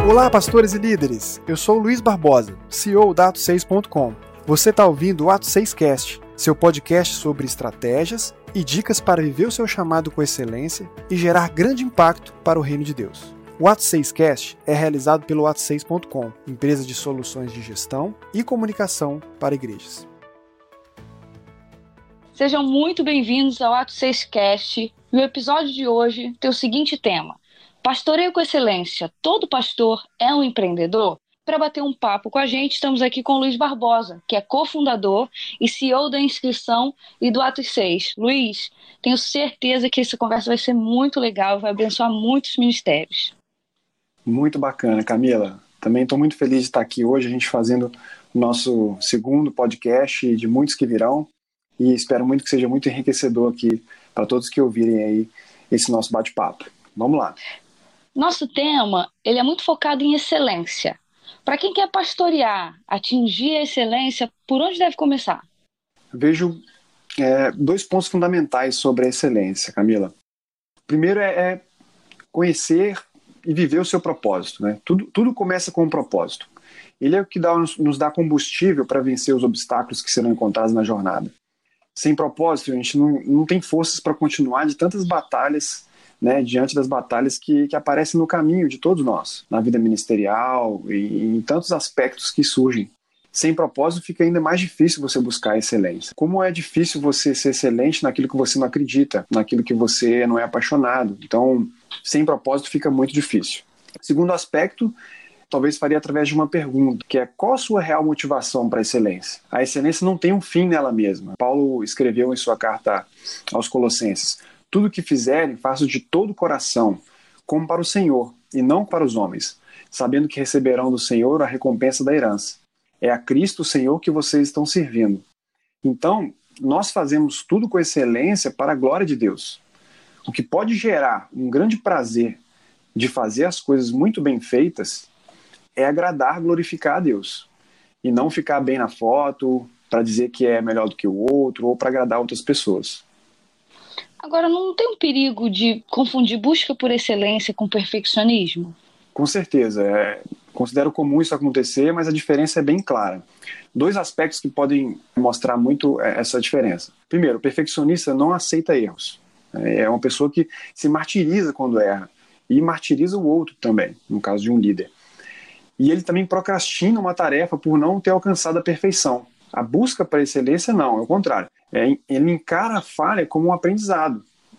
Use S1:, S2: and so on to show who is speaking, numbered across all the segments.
S1: Olá, pastores e líderes! Eu sou o Luiz Barbosa, CEO da Atos6.com. Você está ouvindo o Atos 6 Cast, seu podcast sobre estratégias e dicas para viver o seu chamado com excelência e gerar grande impacto para o reino de Deus. O Atos 6 Cast é realizado pelo Atos6.com, empresa de soluções de gestão e comunicação para igrejas.
S2: Sejam muito bem-vindos ao Atos 6 Cast. E o episódio de hoje tem o seguinte tema: Pastoreio com Excelência. Todo pastor é um empreendedor? Para bater um papo com a gente, estamos aqui com o Luiz Barbosa, que é cofundador e CEO da Inscrição e do Atos 6. Luiz, tenho certeza que essa conversa vai ser muito legal e vai abençoar muitos ministérios.
S3: Muito bacana, Camila. Também estou muito feliz de estar aqui hoje, a gente fazendo o nosso segundo podcast de muitos que virão, e espero muito que seja muito enriquecedor aqui para todos que ouvirem aí esse nosso bate-papo. Vamos lá.
S2: Nosso tema, ele é muito focado em excelência. Para quem quer pastorear, atingir a excelência, por onde deve começar?
S3: Vejo dois pontos fundamentais sobre a excelência, Camila. Primeiro é conhecer e viver o seu propósito, né? Tudo começa com um propósito. Ele é o que nos dá combustível para vencer os obstáculos que serão encontrados na jornada. Sem propósito, a gente não tem forças para continuar de tantas batalhas, né, diante das batalhas que aparecem no caminho de todos nós, na vida ministerial e em tantos aspectos que surgem. Sem propósito fica ainda mais difícil você buscar a excelência. Como é difícil você ser excelente naquilo que você não acredita, naquilo que você não é apaixonado. Então, sem propósito fica muito difícil. Segundo aspecto, talvez faria através de uma pergunta, que é: qual a sua real motivação para a excelência? A excelência não tem um fim nela mesma. Paulo escreveu em sua carta aos Colossenses: tudo o que fizerem, façam de todo o coração, como para o Senhor, e não para os homens, sabendo que receberão do Senhor a recompensa da herança. É a Cristo, o Senhor, que vocês estão servindo. Então, nós fazemos tudo com excelência para a glória de Deus. O que pode gerar um grande prazer de fazer as coisas muito bem feitas é agradar, glorificar a Deus. E não ficar bem na foto para dizer que é melhor do que o outro ou para agradar outras pessoas.
S2: Agora, não tem um perigo de confundir busca por excelência com perfeccionismo?
S3: Com certeza. Considero comum isso acontecer, mas a diferença é bem clara. Dois aspectos que podem mostrar muito essa diferença. Primeiro, o perfeccionista não aceita erros. É uma pessoa que se martiriza quando erra e martiriza o outro também, no caso de um líder. E ele também procrastina uma tarefa por não ter alcançado a perfeição. A busca para a excelência não, é o contrário. Ele encara a falha como um aprendizado,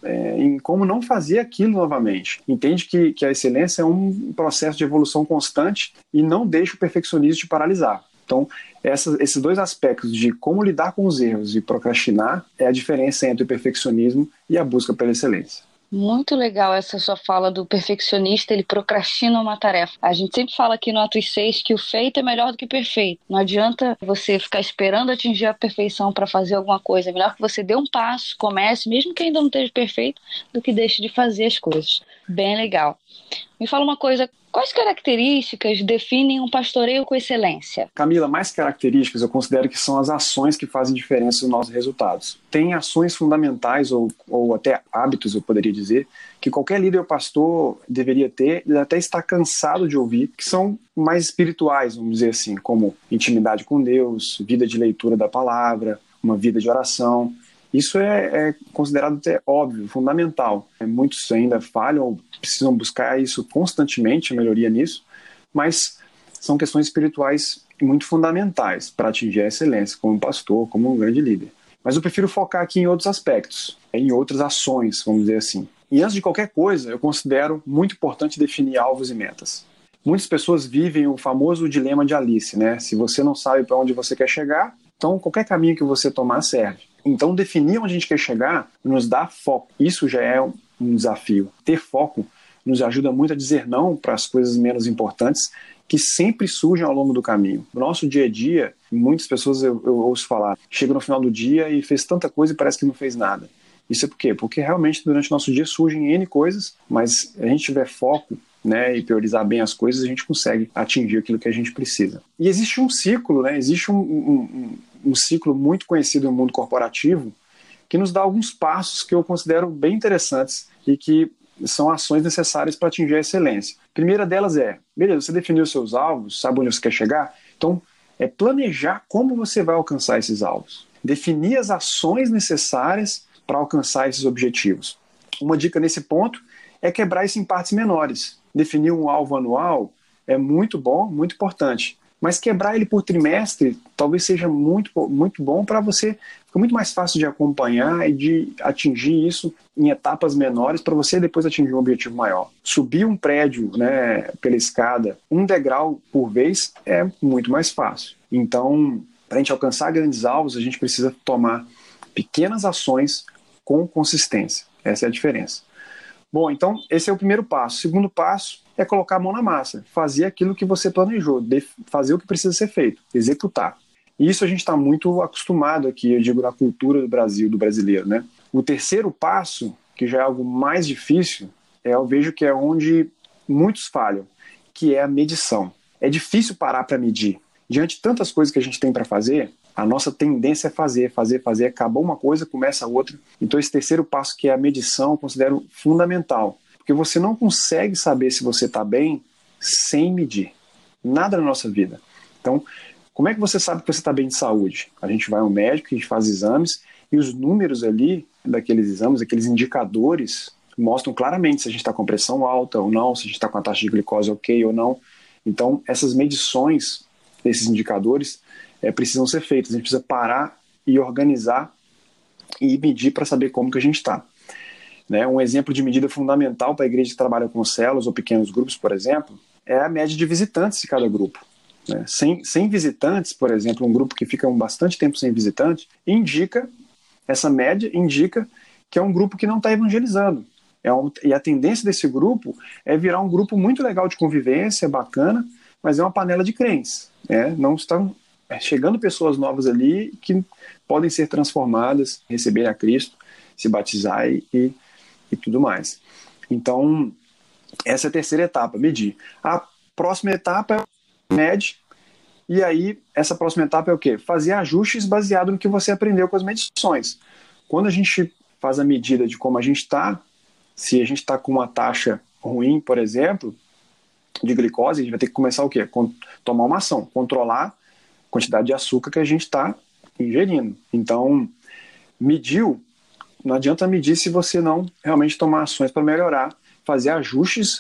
S3: em como não fazer aquilo novamente. Entende que a excelência é um processo de evolução constante e não deixa o perfeccionismo te paralisar. Então, esses dois aspectos de como lidar com os erros e procrastinar é a diferença entre o perfeccionismo e a busca pela excelência.
S2: Muito legal essa sua fala do perfeccionista, ele procrastina uma tarefa. A gente sempre fala aqui no Atos 6 que o feito é melhor do que o perfeito. Não adianta você ficar esperando atingir a perfeição para fazer alguma coisa. É melhor que você dê um passo, comece, mesmo que ainda não esteja perfeito, do que deixe de fazer as coisas. Bem legal. Me fala uma coisa, quais características definem um pastoreio com excelência?
S3: Camila, mais características eu considero que são as ações que fazem diferença nos nossos resultados. Tem ações fundamentais ou até hábitos, eu poderia dizer, que qualquer líder ou pastor deveria ter e até está cansado de ouvir, que são mais espirituais, vamos dizer assim, como intimidade com Deus, vida de leitura da palavra, uma vida de oração. Isso é considerado até óbvio, fundamental. Muitos ainda falham, precisam buscar isso constantemente, a melhoria nisso, mas são questões espirituais muito fundamentais para atingir a excelência como pastor, como um grande líder. Mas eu prefiro focar aqui em outros aspectos, em outras ações, vamos dizer assim. E antes de qualquer coisa, eu considero muito importante definir alvos e metas. Muitas pessoas vivem o famoso dilema de Alice, né? Se você não sabe para onde você quer chegar, então qualquer caminho que você tomar serve. Então definir onde a gente quer chegar nos dá foco. Isso já é um desafio. Ter foco nos ajuda muito a dizer não para as coisas menos importantes que sempre surgem ao longo do caminho. No nosso dia a dia, muitas pessoas eu ouço falar, chega no final do dia e fez tanta coisa e parece que não fez nada. Isso é por quê? Porque realmente durante o nosso dia surgem N coisas, mas se a gente tiver foco, né, e priorizar bem as coisas, a gente consegue atingir aquilo que a gente precisa. E existe um ciclo, né, existe um ciclo muito conhecido no mundo corporativo que nos dá alguns passos que eu considero bem interessantes e que são ações necessárias para atingir a excelência. A primeira delas é, beleza, você definiu seus alvos, sabe onde você quer chegar? Então, é planejar como você vai alcançar esses alvos. Definir as ações necessárias para alcançar esses objetivos. Uma dica nesse ponto é quebrar isso em partes menores. Definir um alvo anual é muito bom, muito importante. Mas quebrar ele por trimestre talvez seja muito, muito bom para você. Fica muito mais fácil de acompanhar e de atingir isso em etapas menores para você depois atingir um objetivo maior. Subir um prédio, né, pela escada, um degrau por vez é muito mais fácil. Então, para a gente alcançar grandes alvos, a gente precisa tomar pequenas ações com consistência. Essa é a diferença. Bom, então esse é o primeiro passo. O segundo passo é colocar a mão na massa, fazer aquilo que você planejou, fazer o que precisa ser feito, executar. E isso a gente está muito acostumado aqui, eu digo, na cultura do Brasil, do brasileiro, né? O terceiro passo, que já é algo mais difícil, eu vejo que é onde muitos falham, que é a medição. É difícil parar para medir. Diante de tantas coisas que a gente tem para fazer, a nossa tendência é fazer. Acabou uma coisa, começa outra. Então esse terceiro passo, que é a medição, eu considero fundamental. Porque você não consegue saber se você está bem sem medir. Nada na nossa vida. Então, como é que você sabe que você está bem de saúde? A gente vai ao médico, a gente faz exames, e os números ali daqueles exames, aqueles indicadores, mostram claramente se a gente está com pressão alta ou não, se a gente está com a taxa de glicose ok ou não. Então, essas medições, esses indicadores, precisam ser feitas. A gente precisa parar e organizar e medir para saber como que a gente está. Né? Um exemplo de medida fundamental para a igreja que trabalha com células ou pequenos grupos, por exemplo, é a média de visitantes de cada grupo. Né? Sem visitantes, por exemplo, um grupo que fica bastante tempo sem visitantes, essa média indica que é um grupo que não está evangelizando. E a tendência desse grupo é virar um grupo muito legal de convivência, bacana, mas é uma panela de crentes. Não estão chegando pessoas novas ali que podem ser transformadas, receber a Cristo, se batizar e tudo mais. Então, essa é a terceira etapa, medir. A próxima etapa é mede, e aí essa próxima etapa é o quê? Fazer ajustes baseado no que você aprendeu com as medições. Quando a gente faz a medida de como a gente está, se a gente está com uma taxa ruim, por exemplo, de glicose, a gente vai ter que começar o quê? Tomar uma ação, controlar a quantidade de açúcar que a gente está ingerindo. Então, mediu, não adianta medir se você não realmente tomar ações para melhorar, fazer ajustes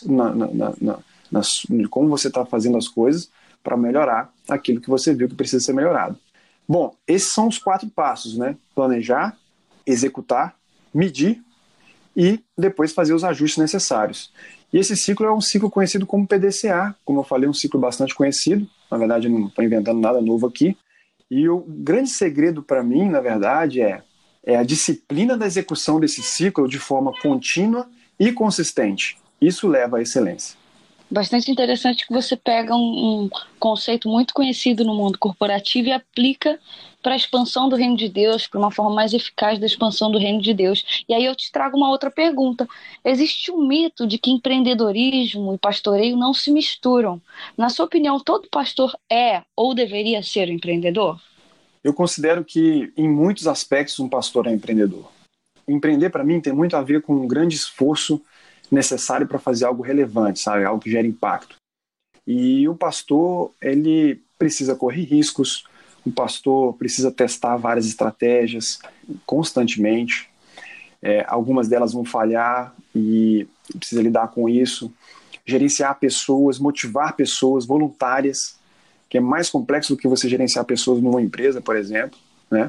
S3: de como você está fazendo as coisas para melhorar aquilo que você viu que precisa ser melhorado. Bom, esses são os 4 passos, né? Planejar, executar, medir e depois fazer os ajustes necessários. E esse ciclo é um ciclo conhecido como PDCA, como eu falei, um ciclo bastante conhecido. Na verdade, eu não estou inventando nada novo aqui. E o grande segredo para mim, na verdade, é a disciplina da execução desse ciclo de forma contínua e consistente. Isso leva à excelência.
S2: Bastante interessante que você pega um conceito muito conhecido no mundo corporativo e aplica para a expansão do reino de Deus, para uma forma mais eficaz da expansão do reino de Deus. E aí eu te trago uma outra pergunta. Existe um mito de que empreendedorismo e pastoreio não se misturam. Na sua opinião, todo pastor é ou deveria ser um empreendedor?
S3: Eu considero que, em muitos aspectos, um pastor é empreendedor. Empreender, para mim, tem muito a ver com um grande esforço necessário para fazer algo relevante, sabe? Algo que gere impacto. E o pastor, ele precisa correr riscos, o pastor precisa testar várias estratégias constantemente. Algumas delas vão falhar e precisa lidar com isso. Gerenciar pessoas, motivar pessoas voluntárias, que é mais complexo do que você gerenciar pessoas numa empresa, por exemplo, né?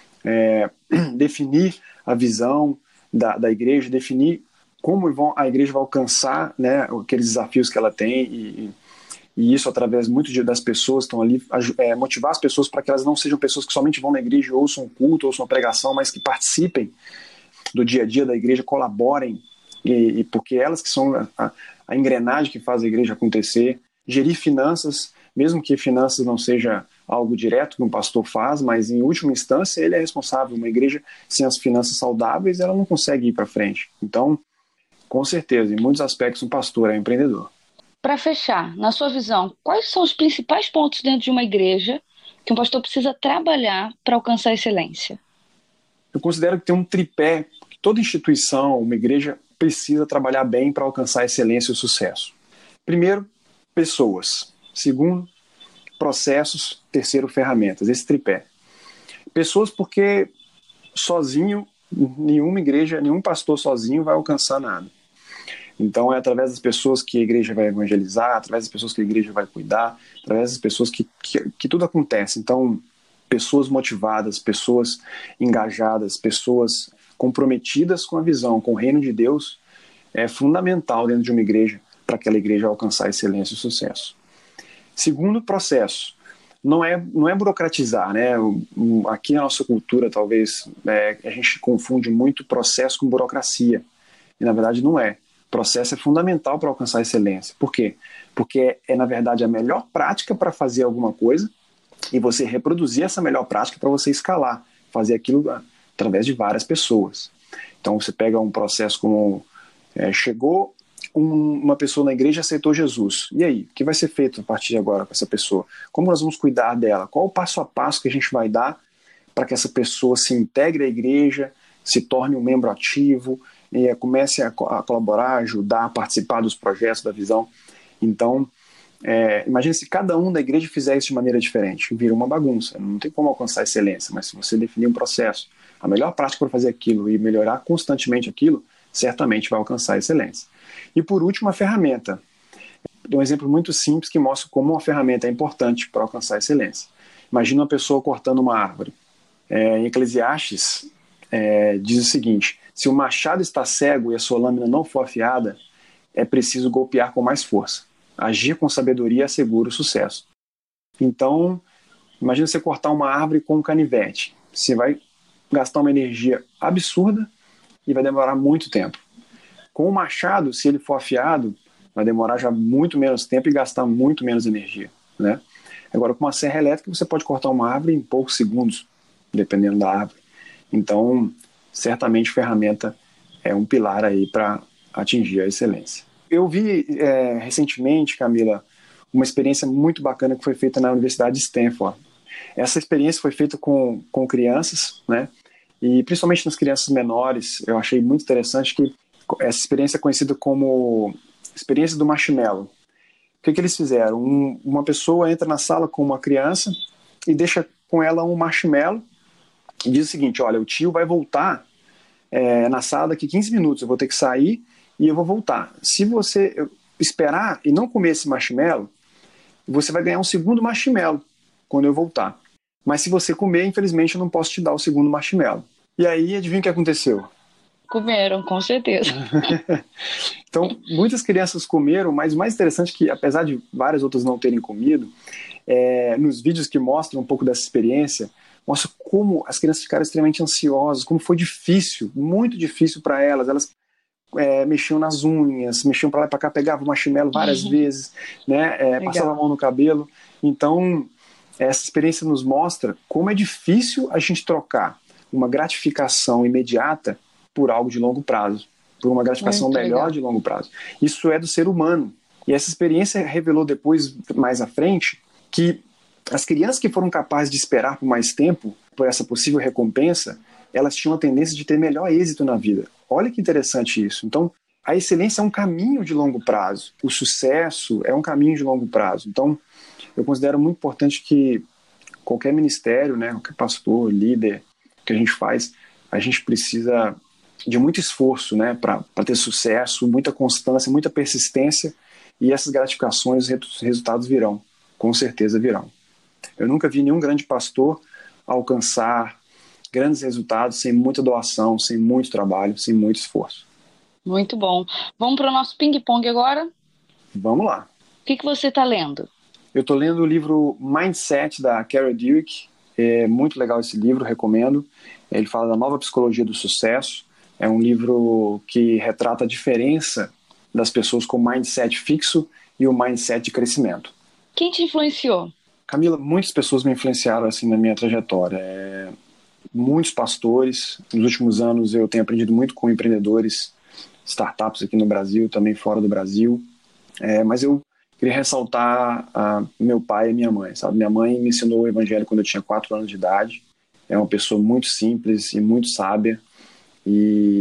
S3: Definir a visão da igreja, definir como a igreja vai alcançar, né, aqueles desafios que ela tem e isso através muito das pessoas que estão ali, motivar as pessoas para que elas não sejam pessoas que somente vão na igreja, ouçam um culto, ouçam uma pregação, mas que participem do dia a dia da igreja, colaborem, e porque elas que são a engrenagem que faz a igreja acontecer. Gerir finanças, mesmo que finanças não seja algo direto que um pastor faz, mas em última instância ele é responsável. Uma igreja sem as finanças saudáveis, ela não consegue ir para frente. Então, com certeza, em muitos aspectos, um pastor é empreendedor.
S2: Para fechar, na sua visão, quais são os principais pontos dentro de uma igreja que um pastor precisa trabalhar para alcançar a excelência?
S3: Eu considero que tem um tripé, que toda instituição, uma igreja precisa trabalhar bem para alcançar a excelência e o sucesso? Primeiro, pessoas. Segundo, processos. Terceiro, ferramentas. Esse tripé. Pessoas, porque sozinho, nenhuma igreja, nenhum pastor sozinho vai alcançar nada. Então é através das pessoas que a igreja vai evangelizar, através das pessoas que a igreja vai cuidar, através das pessoas que tudo acontece. Então, pessoas motivadas, pessoas engajadas, pessoas comprometidas com a visão, com o reino de Deus, é fundamental dentro de uma igreja para aquela igreja alcançar excelência e sucesso. Segundo, processo. Não é burocratizar, né? Aqui na nossa cultura, talvez, a gente confunde muito processo com burocracia. E, na verdade, não é. Processo é fundamental para alcançar a excelência. Por quê? Porque na verdade, a melhor prática para fazer alguma coisa e você reproduzir essa melhor prática para você escalar, fazer aquilo através de várias pessoas. Então, você pega um processo como chegou uma pessoa na igreja e aceitou Jesus. E aí? O que vai ser feito a partir de agora com essa pessoa? Como nós vamos cuidar dela? Qual o passo a passo que a gente vai dar para que essa pessoa se integre à igreja, se torne um membro ativo, e comece a colaborar, ajudar, a participar dos projetos, da visão? Então, imagine se cada um da igreja fizer isso de maneira diferente. Vira uma bagunça, não tem como alcançar a excelência, mas se você definir um processo, a melhor prática para fazer aquilo e melhorar constantemente aquilo, certamente vai alcançar a excelência. E por último, a ferramenta. Dou um exemplo muito simples que mostra como uma ferramenta é importante para alcançar a excelência. Imagina uma pessoa cortando uma árvore. Em Eclesiastes, diz o seguinte: se o machado está cego e a sua lâmina não for afiada, é preciso golpear com mais força. Agir com sabedoria assegura o sucesso. Então, imagina você cortar uma árvore com um canivete. Você vai gastar uma energia absurda e vai demorar muito tempo. Com o machado, se ele for afiado, vai demorar já muito menos tempo e gastar muito menos energia, né? Agora, com uma serra elétrica, você pode cortar uma árvore em poucos segundos, dependendo da árvore. Então, certamente, ferramenta é um pilar aí para atingir a excelência. Eu vi recentemente, Camila, uma experiência muito bacana que foi feita na Universidade de Stanford. Essa experiência foi feita com crianças, né? E principalmente nas crianças menores, eu achei muito interessante que essa experiência é conhecida como experiência do marshmallow. O que eles fizeram? Uma pessoa entra na sala com uma criança e deixa com ela um marshmallow e diz o seguinte: olha, o tio vai voltar na sala daqui 15 minutos, eu vou ter que sair e eu vou voltar. Se você esperar e não comer esse marshmallow, você vai ganhar um segundo marshmallow quando eu voltar. Mas se você comer, infelizmente, eu não posso te dar o segundo marshmallow. E aí, adivinha o que aconteceu?
S2: Comeram, com certeza.
S3: Então, muitas crianças comeram, mas o mais interessante é que, apesar de várias outras não terem comido, nos vídeos que mostram um pouco dessa experiência, mostra como as crianças ficaram extremamente ansiosas, como foi difícil, muito difícil para elas. Elas mexiam nas unhas, mexiam para lá e para cá, pegavam o marshmallow várias vezes, né? Passavam a mão no cabelo. Então, essa experiência nos mostra como é difícil a gente trocar uma gratificação imediata por algo de longo prazo, por uma gratificação melhor de longo prazo. Isso é do ser humano. E essa experiência revelou depois, mais à frente, que as crianças que foram capazes de esperar por mais tempo, por essa possível recompensa, elas tinham a tendência de ter melhor êxito na vida. Olha que interessante isso. Então, a excelência é um caminho de longo prazo. O sucesso é um caminho de longo prazo. Então, eu considero muito importante que qualquer ministério, né, qualquer pastor, líder que a gente faz, a gente precisa de muito esforço, né, para ter sucesso, muita constância, muita persistência, e essas gratificações, os resultados virão, com certeza virão. Eu nunca vi nenhum grande pastor alcançar grandes resultados sem muita doação, sem muito trabalho, sem muito esforço.
S2: Muito bom. Vamos para o nosso ping-pong agora?
S3: Vamos lá.
S2: O que você está lendo?
S3: Eu estou lendo o livro Mindset, da Carol Dweck. É muito legal esse livro, recomendo. Ele fala da nova psicologia do sucesso. É um livro que retrata a diferença das pessoas com mindset fixo e o mindset de crescimento.
S2: Quem te influenciou?
S3: Camila, muitas pessoas me influenciaram assim na minha trajetória. Muitos pastores. Nos últimos anos eu tenho aprendido muito com empreendedores, startups aqui no Brasil, também fora do Brasil. Mas eu queria ressaltar meu pai e minha mãe. Sabe? Minha mãe me ensinou o evangelho quando eu tinha 4 anos de idade. É uma pessoa muito simples e muito sábia. E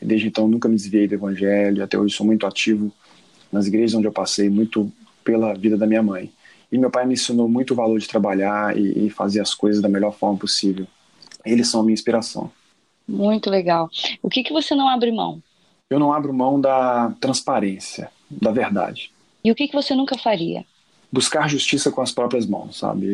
S3: Desde então nunca me desviei do evangelho, até hoje sou muito ativo nas igrejas onde eu passei, muito pela vida da minha mãe. E meu pai me ensinou muito o valor de trabalhar e fazer as coisas da melhor forma possível. Eles são a minha inspiração.
S2: Muito legal. O que você não abre mão?
S3: Eu não abro mão da transparência, da verdade.
S2: E o que você nunca faria?
S3: Buscar justiça com as próprias mãos, sabe?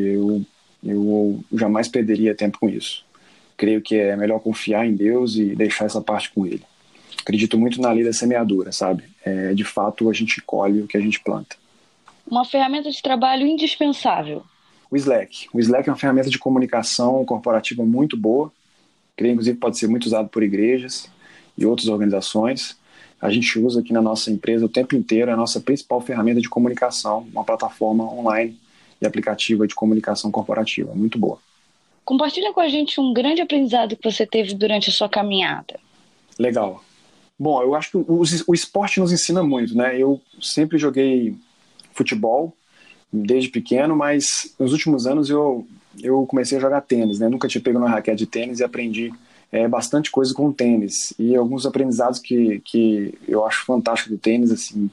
S3: Eu jamais perderia tempo com isso. Creio que é melhor confiar em Deus e deixar essa parte com Ele. Acredito muito na lei da semeadura, sabe? De fato, a gente colhe o que a gente planta.
S2: Uma ferramenta de trabalho indispensável.
S3: O Slack. O Slack é uma ferramenta de comunicação corporativa muito boa. Creio, inclusive, pode ser muito usado por igrejas e outras organizações. A gente usa aqui na nossa empresa o tempo inteiro, é a nossa principal ferramenta de comunicação, uma plataforma online e aplicativa de comunicação corporativa. Muito boa.
S2: Compartilha com a gente um grande aprendizado que você teve durante a sua caminhada.
S3: Legal. Bom, eu acho que o esporte nos ensina muito, né? Eu sempre joguei futebol desde pequeno, mas nos últimos anos eu comecei a jogar tênis, né? Nunca tinha pego uma raquete de tênis e aprendi bastante coisa com o tênis. E alguns aprendizados que eu acho fantástico do tênis, assim,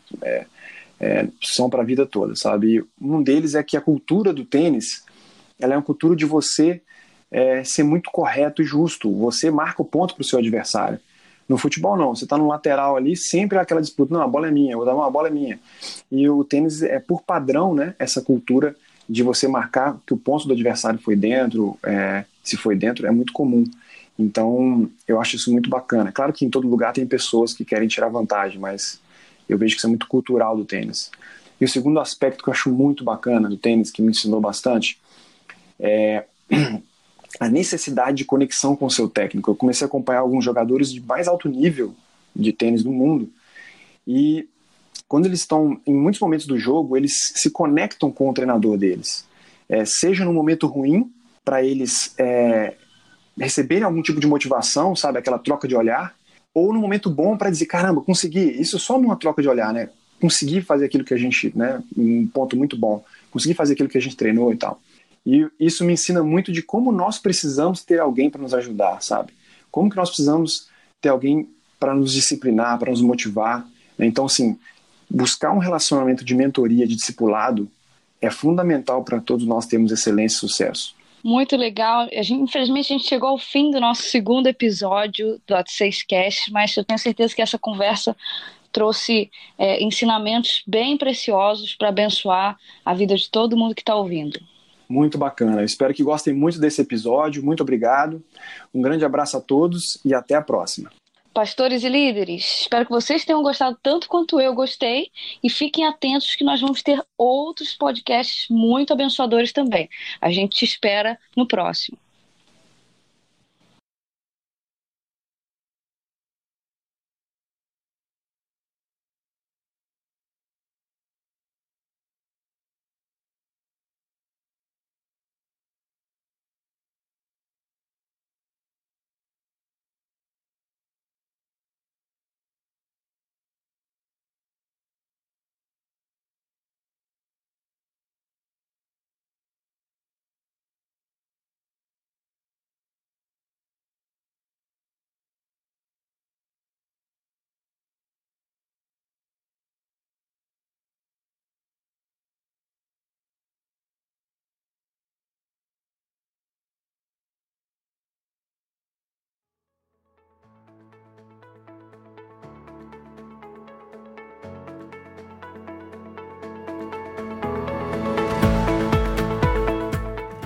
S3: são para a vida toda, sabe? E um deles é que a cultura do tênis, ela é uma cultura de você ser muito correto e justo. Você marca o ponto para o seu adversário. No futebol não, você está no lateral ali, sempre é aquela disputa, não, a bola é minha, eu vou dar uma bola é minha. E o tênis é por padrão, né, essa cultura de você marcar que o ponto do adversário foi dentro, se foi dentro, é muito comum. Então, eu acho isso muito bacana. Claro que em todo lugar tem pessoas que querem tirar vantagem, mas eu vejo que isso é muito cultural do tênis. E o segundo aspecto que eu acho muito bacana do tênis, que me ensinou bastante, é a necessidade de conexão com o seu técnico. Eu comecei a acompanhar alguns jogadores de mais alto nível de tênis do mundo e quando eles estão em muitos momentos do jogo, eles se conectam com o treinador deles. Seja no momento ruim, para eles receberem algum tipo de motivação, sabe, aquela troca de olhar, ou no momento bom para dizer, caramba, consegui, isso só numa troca de olhar, né? Consegui fazer aquilo que a gente, né, um ponto muito bom, consegui fazer aquilo que a gente treinou e tal. E isso me ensina muito de como nós precisamos ter alguém para nos ajudar, sabe? Como que nós precisamos ter alguém para nos disciplinar, para nos motivar. Então, assim, buscar um relacionamento de mentoria, de discipulado, é fundamental para todos nós termos excelência e sucesso.
S2: Muito legal. Infelizmente, a gente chegou ao fim do nosso segundo episódio do AT6Cast, mas eu tenho certeza que essa conversa trouxe ensinamentos bem preciosos para abençoar a vida de todo mundo que está ouvindo.
S3: Muito bacana. Eu espero que gostem muito desse episódio. Muito obrigado. Um grande abraço a todos e até a próxima.
S2: Pastores e líderes, espero que vocês tenham gostado tanto quanto eu gostei e fiquem atentos que nós vamos ter outros podcasts muito abençoadores também. A gente te espera no próximo.